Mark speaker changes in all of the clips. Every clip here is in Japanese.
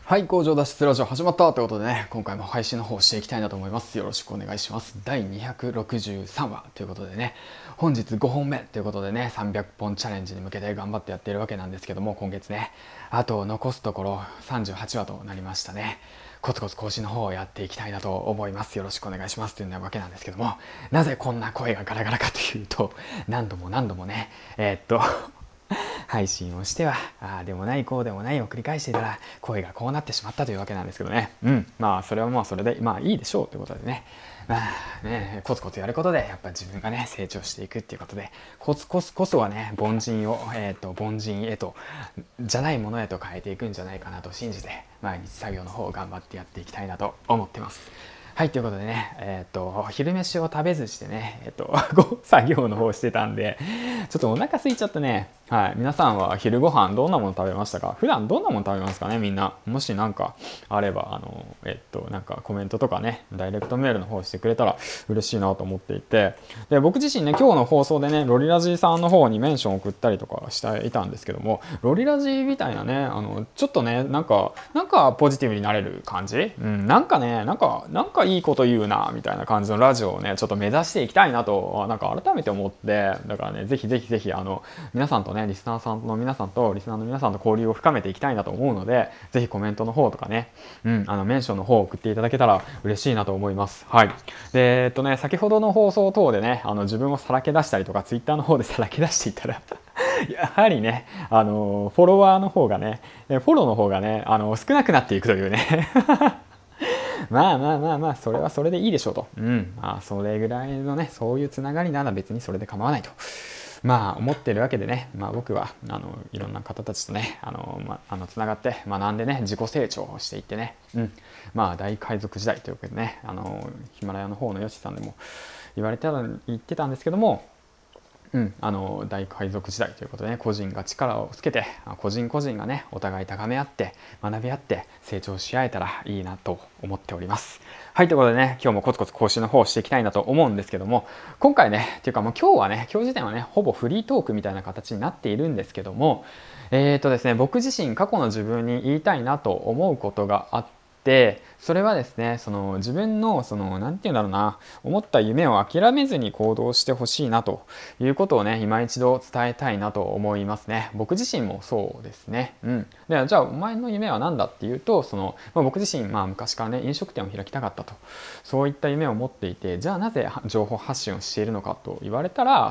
Speaker 1: はい、工場脱出ラジオ始まったということでね、今回も配信の方をしていきたいなと思います。よろしくお願いします。第263話ということでね、本日5本目ということでね、300本チャレンジに向けて頑張ってやっているわけなんですけども、今月ね、あと残すところ38話となりましたね。コツコツ更新の方をやっていきたいなと思います。よろしくお願いしますというわけなんですけども、なぜこんな声がガラガラかというと、何度もね、配信をしてはああでもないこうでもないを繰り返していたら声がこうなってしまったというわけなんですけどね。まあそれはまあそれでまあいいでしょうということでね。まあね、コツコツやることでやっぱ自分がね成長していくっていうことで、コツコツこそはね凡人を凡人へとじゃないものへと変えていくんじゃないかなと信じて、毎日作業の方を頑張ってやっていきたいなと思ってます。はい、ということでね、昼飯を食べずしてね、作業の方してたんで、ちょっとお腹空いちゃってね、はい、皆さんは昼ご飯どんなもの食べましたか？普段どんなもの食べますかね、みんな。もしなんかあれば、なんかコメントとかね、ダイレクトメールの方してくれたら嬉しいなと思っていて、で、僕自身ね、今日の放送でね、ロリラジさんの方にメンションを送ったりとかしていたんですけども、ロリラジみたいなね、ちょっとね、なんかポジティブになれる感じ、なんかね、なんかいいこと言うなみたいな感じのラジオをねちょっと目指していきたいなとなんか改めて思って、だからねぜひ皆さんとねリスナーの皆さんと交流を深めていきたいなと思うので、ぜひコメントの方とかね、メンションの方を送っていただけたら嬉しいなと思います。はい。で先ほどの放送等でね自分をさらけ出したりとかツイッターの方でさらけ出していったらやはりねフォロワーの方がねフォローの方がね少なくなっていくというねまあそれはそれでいいでしょうと。それぐらいのねそういうつながりなら別にそれで構わないと思ってるわけでね、僕はいろんな方たちとねつながって学んでね自己成長をしていってね、大海賊時代というわけでねヒマラヤの方のヨシさんでも言ってたんですけども、大海賊時代ということでね、個人が力をつけて個人がねお互い高め合って学び合って成長し合えたらいいなと思っております。はい、ということでね今日もコツコツ講習の方をしていきたいなと思うんですけども、今回ねっていうかもう今日時点はねほぼフリートークみたいな形になっているんですけども、ですね、僕自身過去の自分に言いたいなと思うことがあって、それはですね自分のなんて言うんだろうな、思った夢を諦めずに行動してほしいなということをね今一度伝えたいなと思いますね。僕自身もそうですね。でじゃあお前の夢は何だっていうと僕自身昔からね飲食店を開きたかったと、そういった夢を持っていて、じゃあなぜ情報発信をしているのかと言われたら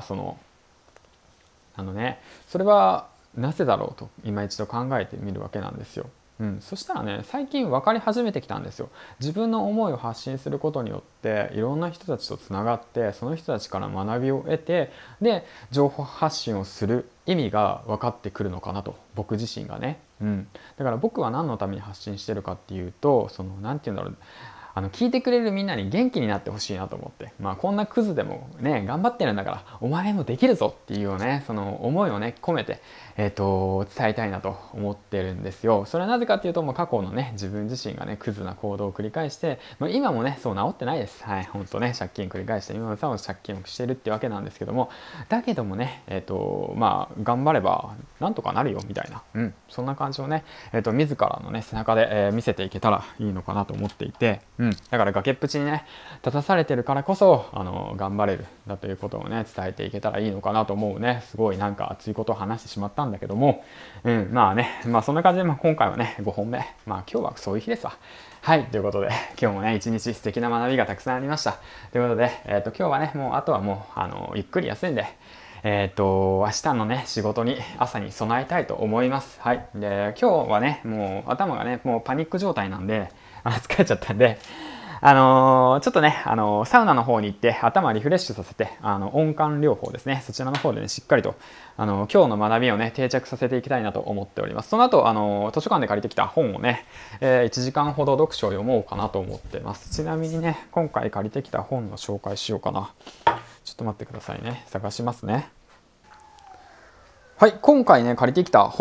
Speaker 1: それはなぜだろうと今一度考えてみるわけなんですよ。そしたらね最近分かり始めてきたんですよ。自分の思いを発信することによっていろんな人たちとつながって、その人たちから学びを得て、で情報発信をする意味が分かってくるのかなと、僕自身がね。だから僕は何のために発信してるかっていうと、なんて言うんだろう、聞いてくれるみんなに元気になってほしいなと思って、こんなクズでもね頑張ってるんだからお前もできるぞっていうねその思いをね込めて、伝えたいなと思ってるんですよ。それはなぜかっていうと過去のね自分自身がねクズな行動を繰り返して、今もねそう治ってないです。はい、本当ね借金繰り返して今もさも借金をしてるってわけなんですけども、だけどもね頑張ればなんとかなるよみたいな、そんな感じをね自らのね背中で、見せていけたらいいのかなと思っていて、だから崖っぷちにね立たされてるからこそ頑張れるだということをね伝えていけたらいいのかなと思うね。すごいなんか熱いことを話してしまったんだけども、そんな感じで、今回はね5本目、今日はそういう日ですわ。はい、ということで今日もね一日素敵な学びがたくさんありました。ということで、今日はねあとはもうゆっくり休んで明日のね仕事に朝に備えたいと思います。はい。で今日はねもう頭がねもうパニック状態なんで疲れちゃったんで、ちょっとねサウナの方に行って頭リフレッシュさせて温感療法ですね、そちらの方でねしっかりと今日の学びをね定着させていきたいなと思っております。その後図書館で借りてきた本をね、1時間ほど読書を読もうかなと思ってます。ちなみにね今回借りてきた本の紹介しようかな。ちょっと待ってくださいね、探しますね。はい、今回ね借りてきた本、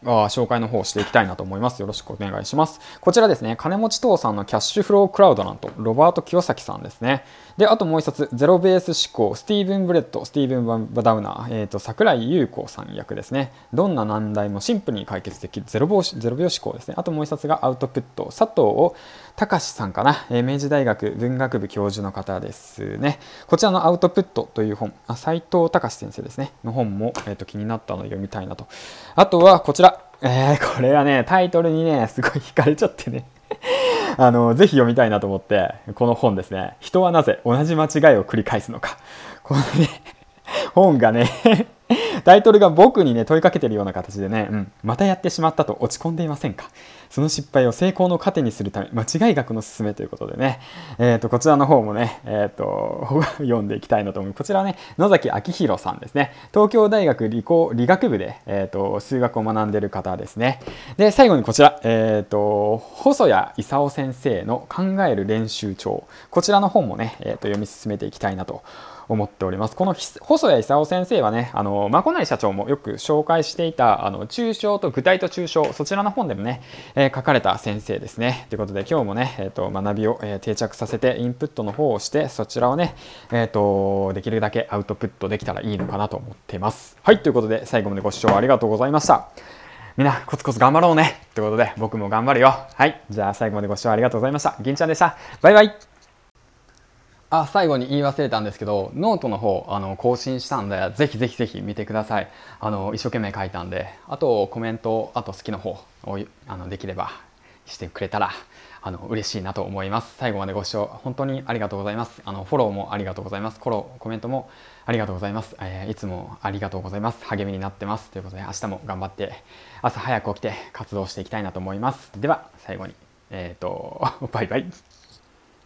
Speaker 1: 紹介の方をしていきたいなと思います。よろしくお願いします。こちらですね、金持ち父さんのキャッシュフロークラウドなんと、ロバート清崎さんですね。で、あともう一冊、ゼロベース思考、スティーブン・ブレッド、スティーブン・バダウナー、桜井優子さん役ですね。どんな難題もシンプルに解決できるゼロ秒思考ですね。あともう一冊がアウトプット、佐藤隆さんかな、明治大学文学部教授の方ですね。こちらのアウトプットという本、斉藤隆先生ですね、の本も、気になったので読みたいなと。あとはこちら、これはね、タイトルにね、すごい惹かれちゃってね。ぜひ読みたいなと思って、この本ですね。人はなぜ同じ間違いを繰り返すのか。このね、本がね、タイトルが僕にね、問いかけてるような形でね、またやってしまったと落ち込んでいませんか。その失敗を成功の糧にするため、間違い学の勧めということでね、こちらの方もね、読んでいきたいなと思う。こちらはね、野崎明弘さんですね。東京大学理学部で、数学を学んでいる方ですね。で、最後にこちら、細谷勲先生の考える練習帳。こちらの本もね、読み進めていきたいなと思っております。この細谷勲先生はね、真古内社長もよく紹介していた抽象と具体と抽象、そちらの本でもね、書かれた先生ですね。ということで今日もね、学びを、定着させてインプットの方をして、そちらをね、できるだけアウトプットできたらいいのかなと思っています。はい、ということで最後までご視聴ありがとうございました。みんなコツコツ頑張ろうねということで僕も頑張るよ。はい、じゃあ最後までご視聴ありがとうございました。銀ちゃんでした。バイバイ。最後に言い忘れたんですけど、ノートの方更新したんで、ぜひぜひぜひ見てください。一生懸命書いたんで、あとコメント、あと好きな方をできればしてくれたら嬉しいなと思います。最後までご視聴本当にありがとうございます。フォローもありがとうございます。コメントもありがとうございます。いつもありがとうございます。励みになってます。ということで明日も頑張って朝早く起きて活動していきたいなと思います。では最後にバイバイ。